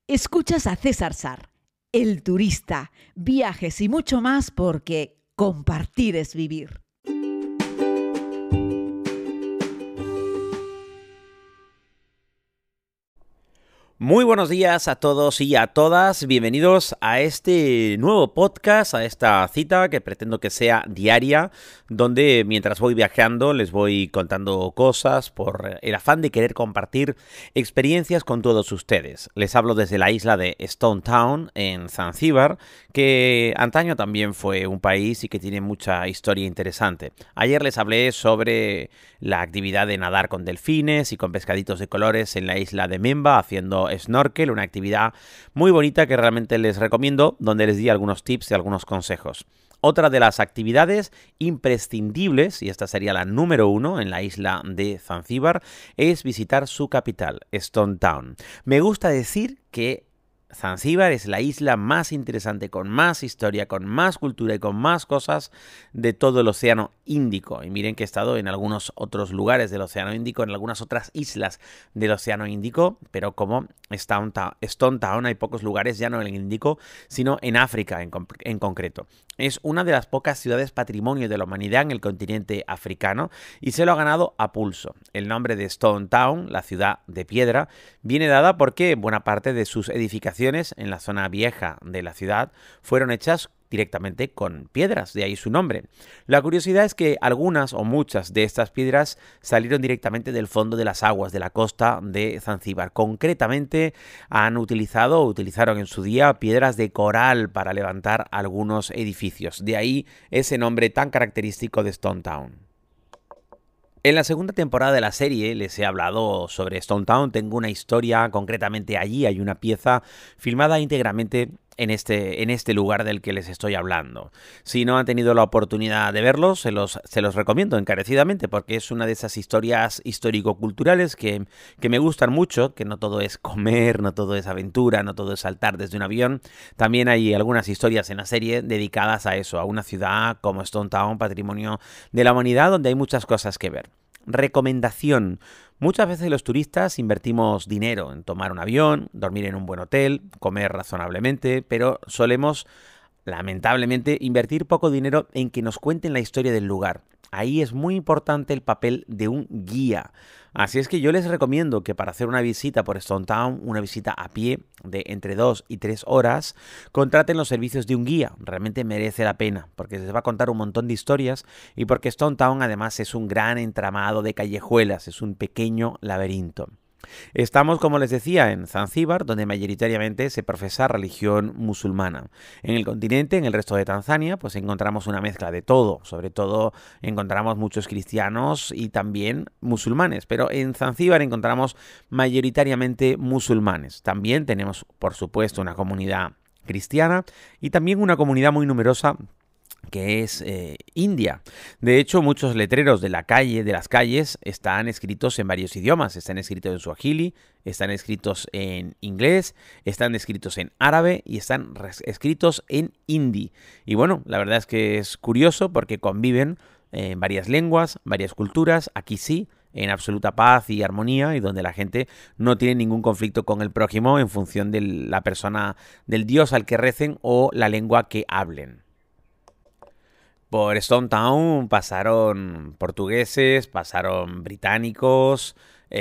Escuchas a César Sar, el turista, viajes y mucho más porque compartir es vivir. Muy buenos días a todos y a todas, bienvenidos a este nuevo podcast, a esta cita que pretendo que sea diaria, donde mientras voy viajando les voy contando cosas por el afán de querer compartir experiencias con todos ustedes. Les hablo desde la isla de Stone Town, en Zanzíbar, que antaño también fue un país y que tiene mucha historia interesante. Ayer les hablé sobre la actividad de nadar con delfines y con pescaditos de colores en la isla de Memba, haciendo snorkel, una actividad muy bonita que realmente les recomiendo, donde les di algunos tips y algunos consejos. Otra de las actividades imprescindibles, y esta sería la número 1 en la isla de Zanzíbar, es visitar su capital, Stone Town. Me gusta decir que Zanzíbar es la isla más interesante, con más historia, con más cultura y con más cosas de todo el Océano Índico. Y miren que he estado en algunos otros lugares del Océano Índico, en algunas otras islas del Océano Índico, pero como Stone Town hay pocos lugares, ya no en el Índico, sino en África en concreto. Es una de las pocas ciudades patrimonio de la humanidad en el continente africano y se lo ha ganado a pulso. El nombre de Stone Town, la ciudad de piedra, viene dada porque buena parte de sus edificaciones en la zona vieja de la ciudad fueron hechas directamente con piedras, de ahí su nombre. La curiosidad es que algunas o muchas de estas piedras salieron directamente del fondo de las aguas de la costa de Zanzíbar. Concretamente utilizaron en su día piedras de coral para levantar algunos edificios. De ahí ese nombre tan característico de Stone Town. En la segunda temporada de la serie les he hablado sobre Stone Town, tengo una historia, concretamente allí hay una pieza filmada íntegramente en este lugar del que les estoy hablando. Si no han tenido la oportunidad de verlos, se los recomiendo encarecidamente porque es una de esas historias histórico-culturales que me gustan mucho, que no todo es comer, no todo es aventura, no todo es saltar desde un avión. También hay algunas historias en la serie dedicadas a eso, a una ciudad como Stone Town, patrimonio de la humanidad, donde hay muchas cosas que ver. Recomendación. Muchas veces los turistas invertimos dinero en tomar un avión, dormir en un buen hotel, comer razonablemente, pero solemos, lamentablemente, invertir poco dinero en que nos cuenten la historia del lugar. Ahí es muy importante el papel de un guía. Así es que yo les recomiendo que para hacer una visita por Stone Town, una visita a pie de entre 2 y 3 horas, contraten los servicios de un guía. Realmente merece la pena porque les va a contar un montón de historias y porque Stone Town además es un gran entramado de callejuelas, es un pequeño laberinto. Estamos, como les decía, en Zanzíbar, donde mayoritariamente se profesa religión musulmana. En el continente, en el resto de Tanzania, pues encontramos una mezcla de todo. Sobre todo encontramos muchos cristianos y también musulmanes, pero en Zanzíbar encontramos mayoritariamente musulmanes. También tenemos, por supuesto, una comunidad cristiana y también una comunidad muy numerosa que es India. De hecho, muchos letreros de las calles, están escritos en varios idiomas. Están escritos en suajili, están escritos en inglés, están escritos en árabe y están escritos en hindi. Y bueno, la verdad es que es curioso porque conviven varias lenguas, varias culturas, aquí sí, en absoluta paz y armonía y donde la gente no tiene ningún conflicto con el prójimo en función de la persona, del dios al que recen o la lengua que hablen. Por Stone Town pasaron portugueses, pasaron británicos,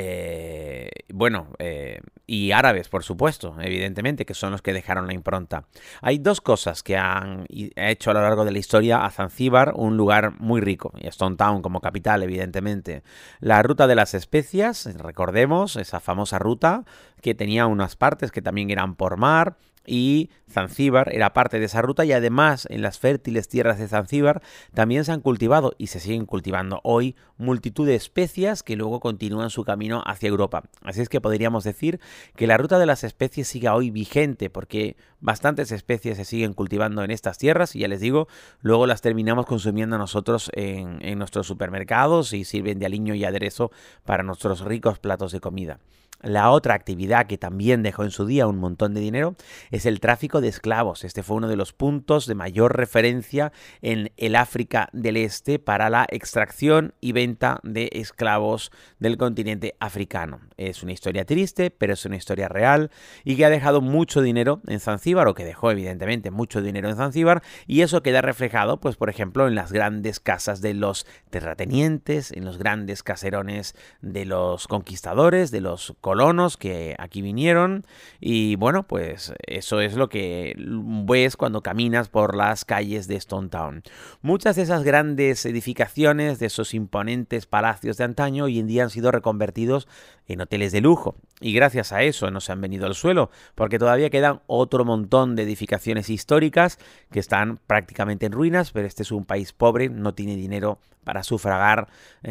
y árabes, por supuesto, evidentemente, que son los que dejaron la impronta. Hay dos cosas que han hecho a lo largo de la historia a Zanzíbar un lugar muy rico, y Stone Town como capital, evidentemente. La ruta de las especias, recordemos, esa famosa ruta que tenía unas partes que también eran por mar, y Zanzíbar era parte de esa ruta y además en las fértiles tierras de Zanzíbar también se han cultivado y se siguen cultivando hoy multitud de especias que luego continúan su camino hacia Europa. Así es que podríamos decir que la ruta de las especies sigue hoy vigente porque bastantes especies se siguen cultivando en estas tierras y ya les digo, luego las terminamos consumiendo nosotros en nuestros supermercados y sirven de aliño y aderezo para nuestros ricos platos de comida. La otra actividad que también dejó en su día un montón de dinero es el tráfico de esclavos. Este fue uno de los puntos de mayor referencia en el África del Este para la extracción y venta de esclavos del continente africano. Es una historia triste, pero es una historia real y que ha dejado mucho dinero en Zanzíbar, o que dejó evidentemente mucho dinero en Zanzíbar, y eso queda reflejado, pues por ejemplo, en las grandes casas de los terratenientes, en los grandes caserones de los conquistadores, de los colonos que aquí vinieron, y bueno, pues eso es lo que ves cuando caminas por las calles de Stone Town. Muchas de esas grandes edificaciones, de esos imponentes palacios de antaño, hoy en día han sido reconvertidos en hoteles de lujo, y gracias a eso no se han venido al suelo, porque todavía quedan otro montón de edificaciones históricas que están prácticamente en ruinas, pero este es un país pobre, no tiene dinero para sufragar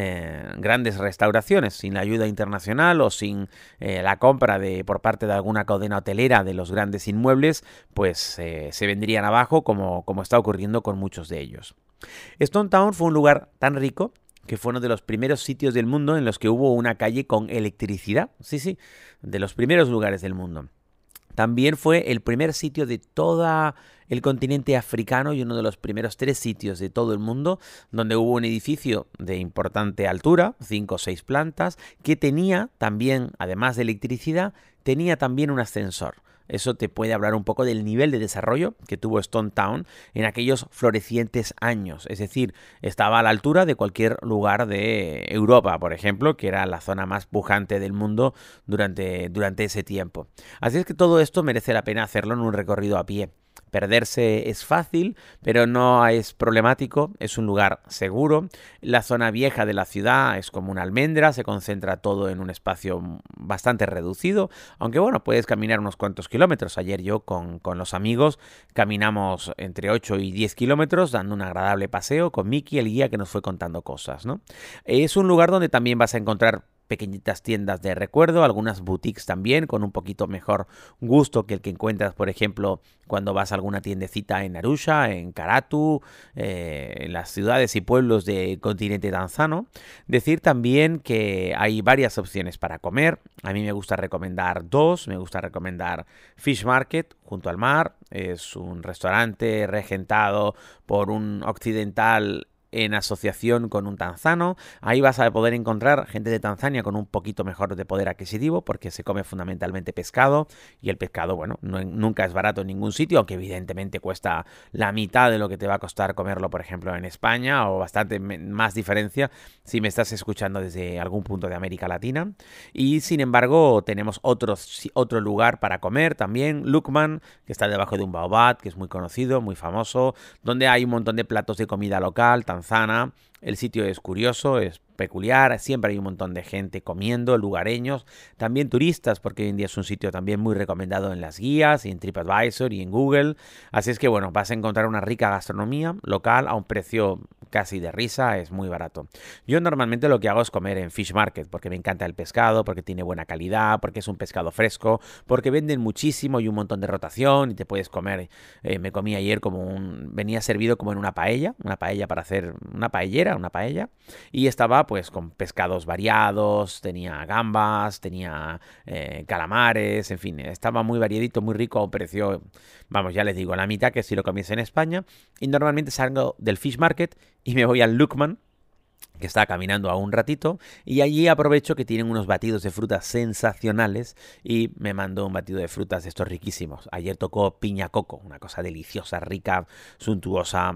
grandes restauraciones. Sin la ayuda internacional o sin la compra por parte de alguna cadena hotelera de los grandes inmuebles, pues se vendrían abajo, como está ocurriendo con muchos de ellos. Stone Town fue un lugar tan rico que fue uno de los primeros sitios del mundo en los que hubo una calle con electricidad. Sí, de los primeros lugares del mundo. También fue el primer sitio de todo el continente africano y uno de los primeros 3 sitios de todo el mundo donde hubo un edificio de importante altura, 5 o 6 plantas, que tenía también, además de electricidad, tenía también un ascensor. Eso te puede hablar un poco del nivel de desarrollo que tuvo Stone Town en aquellos florecientes años. Es decir, estaba a la altura de cualquier lugar de Europa, por ejemplo, que era la zona más pujante del mundo durante ese tiempo. Así es que todo esto merece la pena hacerlo en un recorrido a pie. Perderse es fácil, pero no es problemático, es un lugar seguro. La zona vieja de la ciudad es como una almendra, se concentra todo en un espacio bastante reducido, aunque bueno, puedes caminar unos cuantos kilómetros. Ayer yo con los amigos caminamos entre 8 y 10 kilómetros dando un agradable paseo con Miki, el guía que nos fue contando cosas, ¿no? Es un lugar donde también vas a encontrar pequeñitas tiendas de recuerdo, algunas boutiques también con un poquito mejor gusto que el que encuentras, por ejemplo, cuando vas a alguna tiendecita en Arusha, en Karatu, en las ciudades y pueblos del continente tanzano. Decir también que hay varias opciones para comer. A mí me gusta recomendar 2. Me gusta recomendar Fish Market junto al mar. Es un restaurante regentado por un occidental en asociación con un tanzano. Ahí vas a poder encontrar gente de Tanzania con un poquito mejor de poder adquisitivo, porque se come fundamentalmente pescado, y el pescado, bueno, nunca es barato en ningún sitio, aunque evidentemente cuesta la mitad de lo que te va a costar comerlo, por ejemplo, en España, o bastante más diferencia si me estás escuchando desde algún punto de América Latina. Y sin embargo tenemos otro lugar para comer también, Lukman, que está debajo de un baobab, que es muy conocido, muy famoso, donde hay un montón de platos de comida local, tanzana. El sitio es curioso, es peculiar, siempre hay un montón de gente comiendo, lugareños, también turistas, porque hoy en día es un sitio también muy recomendado en las guías, y en TripAdvisor y en Google. Así es que bueno, vas a encontrar una rica gastronomía local a un precio casi de risa, es muy barato. Yo normalmente lo que hago es comer en Fish Market, porque me encanta el pescado, porque tiene buena calidad, porque es un pescado fresco, porque venden muchísimo y un montón de rotación, y te puedes comer. Me comí ayer venía servido como en una paella para hacer una paella, y estaba pues con pescados variados, tenía gambas, tenía calamares, en fin, estaba muy variadito, muy rico a un precio, vamos, ya les digo, la mitad que si lo comiese en España. Y normalmente salgo del Fish Market y me voy al Lukman, que está caminando a un ratito, y allí aprovecho que tienen unos batidos de frutas sensacionales y me mando un batido de frutas de estos riquísimos. Ayer tocó piña coco, una cosa deliciosa, rica, suntuosa,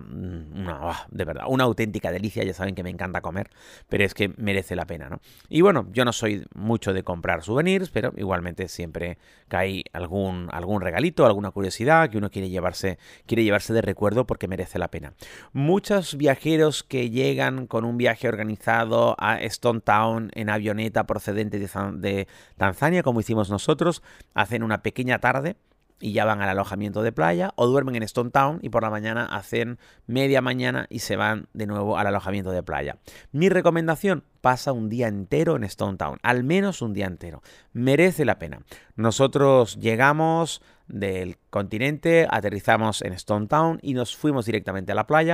de verdad, una auténtica delicia. Ya saben que me encanta comer, pero es que merece la pena, ¿no? Y bueno, yo no soy mucho de comprar souvenirs, pero igualmente siempre cae algún regalito, alguna curiosidad que uno quiere llevarse de recuerdo, porque merece la pena. Muchos viajeros que llegan con un viaje organizado a Stone Town en avioneta procedente de Tanzania, como hicimos nosotros, hacen una pequeña tarde y ya van al alojamiento de playa, o duermen en Stone Town y por la mañana hacen media mañana y se van de nuevo al alojamiento de playa. Mi recomendación: pasa un día entero en Stone Town, al menos un día entero, merece la pena. Nosotros llegamos del continente, aterrizamos en Stone Town y nos fuimos directamente a la playa.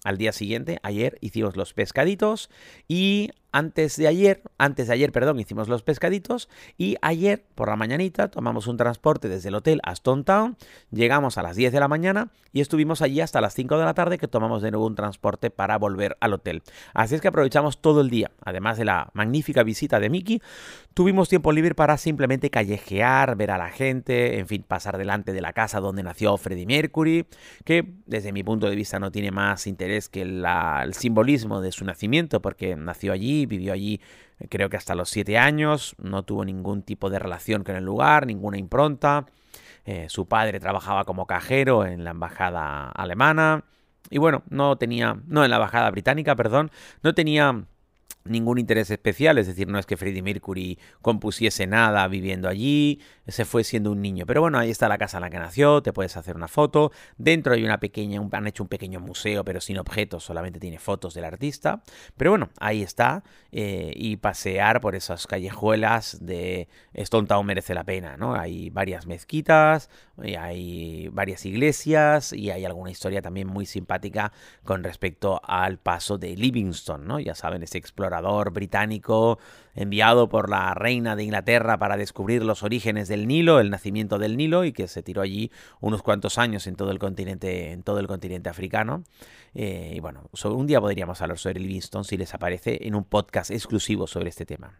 al día siguiente, ayer, hicimos los pescaditos y antes de ayer, hicimos los pescaditos y ayer por la mañanita tomamos un transporte desde el hotel a Stone Town, llegamos a las 10 de la mañana y estuvimos allí hasta las 5 de la tarde que tomamos de nuevo un transporte para volver al hotel. Así es que aprovechamos todo el día, además de la magnífica visita de Mickey, tuvimos tiempo libre para simplemente callejear, ver a la gente, en fin, pasar delante de la casa donde nació Freddie Mercury, que desde mi punto de vista no tiene más interés que el simbolismo de su nacimiento, porque nació allí, vivió allí creo que hasta los 7 años, no tuvo ningún tipo de relación con el lugar, ninguna impronta. Su padre trabajaba como cajero en la embajada alemana y bueno, no en la embajada británica, perdón, no tenía ningún interés especial, es decir, no es que Freddie Mercury compusiese nada viviendo allí, se fue siendo un niño. Pero bueno, ahí está la casa en la que nació, te puedes hacer una foto. Dentro hay han hecho un pequeño museo, pero sin objetos, solamente tiene fotos del artista. Pero bueno, ahí está, y pasear por esas callejuelas de Stone Town merece la pena, ¿no? Hay varias mezquitas, y hay varias iglesias y hay alguna historia también muy simpática con respecto al paso de Livingstone, ¿no? Ya saben, ese explorador británico enviado por la reina de Inglaterra para descubrir los orígenes del Nilo, el nacimiento del Nilo, y que se tiró allí unos cuantos años en todo el continente africano. Y bueno, un día podríamos hablar sobre Livingstone si les aparece en un podcast exclusivo sobre este tema.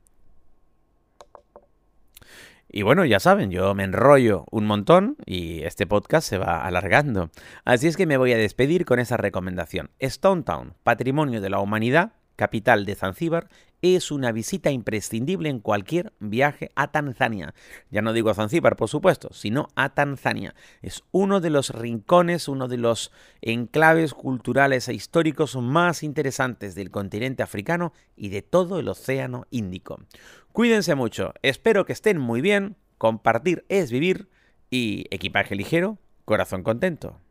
Y bueno, ya saben, yo me enrollo un montón y este podcast se va alargando. Así es que me voy a despedir con esa recomendación. Stone Town, Patrimonio de la Humanidad, capital de Zanzíbar, es una visita imprescindible en cualquier viaje a Tanzania. Ya no digo a Zanzíbar, por supuesto, sino a Tanzania. Es uno de los rincones, uno de los enclaves culturales e históricos más interesantes del continente africano y de todo el Océano Índico. Cuídense mucho, espero que estén muy bien, compartir es vivir y equipaje ligero, corazón contento.